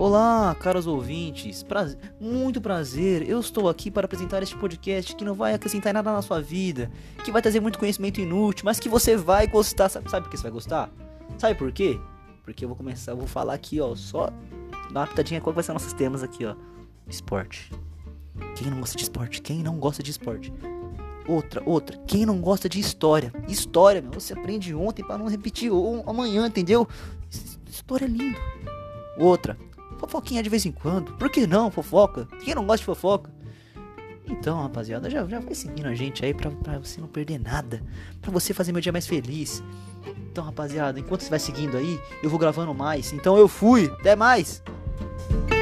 Olá, caros ouvintes, muito prazer, eu estou aqui para apresentar este podcast que não vai acrescentar nada na sua vida, que vai trazer muito conhecimento inútil, mas que você vai gostar, sabe por que você vai gostar? Sabe por quê? Porque eu vou falar aqui, ó, só dar uma pitadinha qual vai ser nossos temas aqui, ó. Esporte. Quem não gosta de esporte? Quem não gosta de esporte? Outra, quem não gosta de história? História, meu, você aprende ontem para não repetir amanhã, entendeu? História é lindo. Outra, fofoquinha de vez em quando. Por que não, fofoca? Quem não gosta de fofoca? Então, rapaziada, já vai seguindo a gente aí pra você não perder nada. Pra você fazer meu dia mais feliz. Então, rapaziada, enquanto você vai seguindo aí, eu vou gravando mais. Então eu fui. Até mais.